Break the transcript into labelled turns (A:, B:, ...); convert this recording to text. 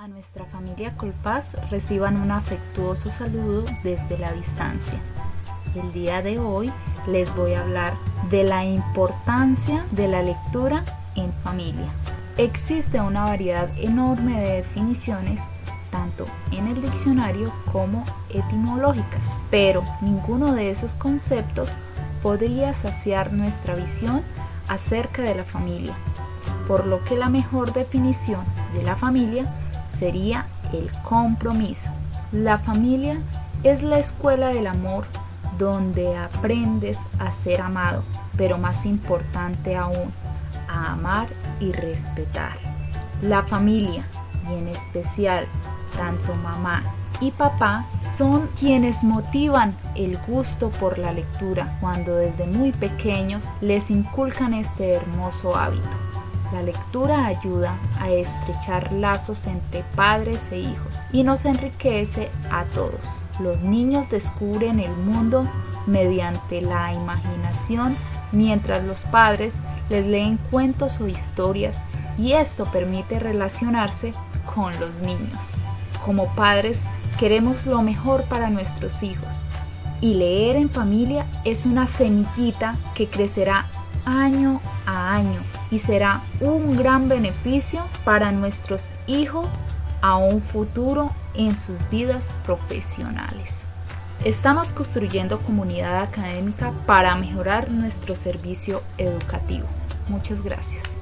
A: A nuestra familia Colpás reciban un afectuoso saludo desde la distancia. El día de hoy les voy a hablar de la importancia de la lectura en familia. Existe una variedad enorme de definiciones, tanto en el diccionario como etimológicas, pero ninguno de esos conceptos podría saciar nuestra visión acerca de la familia, por lo que la mejor definición de la familia sería el compromiso. La familia es la escuela del amor donde aprendes a ser amado, pero más importante aún, a amar y respetar. La familia, y en especial tanto mamá y papá, son quienes motivan el gusto por la lectura cuando desde muy pequeños les inculcan este hermoso hábito. La lectura ayuda a estrechar lazos entre padres e hijos y nos enriquece a todos. Los niños descubren el mundo mediante la imaginación, mientras los padres les leen cuentos o historias, y esto permite relacionarse con los niños. Como padres queremos lo mejor para nuestros hijos, y leer en familia es una semillita que crecerá año a año y será un gran beneficio para nuestros hijos a un futuro en sus vidas profesionales. Estamos construyendo comunidad académica para mejorar nuestro servicio educativo. Muchas gracias.